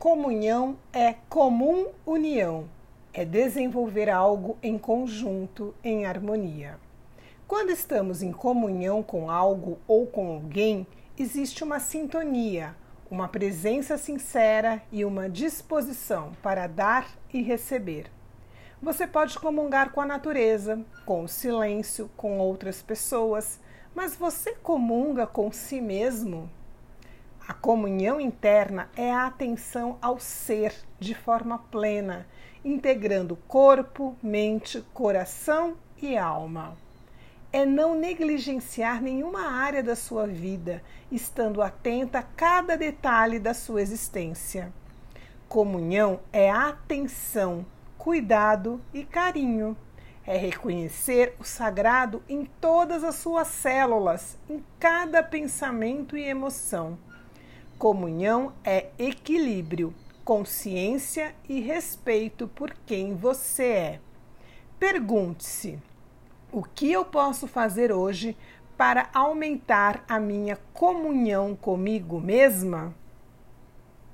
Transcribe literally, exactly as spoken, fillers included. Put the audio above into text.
Comunhão é comum união, é desenvolver algo em conjunto, em harmonia. Quando estamos em comunhão com algo ou com alguém, existe uma sintonia, uma presença sincera e uma disposição para dar e receber. Você pode comungar com a natureza, com o silêncio, com outras pessoas, mas você comunga com si mesmo? A comunhão interna é a atenção ao ser de forma plena, integrando corpo, mente, coração e alma. É não negligenciar nenhuma área da sua vida, estando atenta a cada detalhe da sua existência. Comunhão é atenção, cuidado e carinho. É reconhecer o sagrado em todas as suas células, em cada pensamento e emoção. Comunhão é equilíbrio, consciência e respeito por quem você é. Pergunte-se: o que eu posso fazer hoje para aumentar a minha comunhão comigo mesma?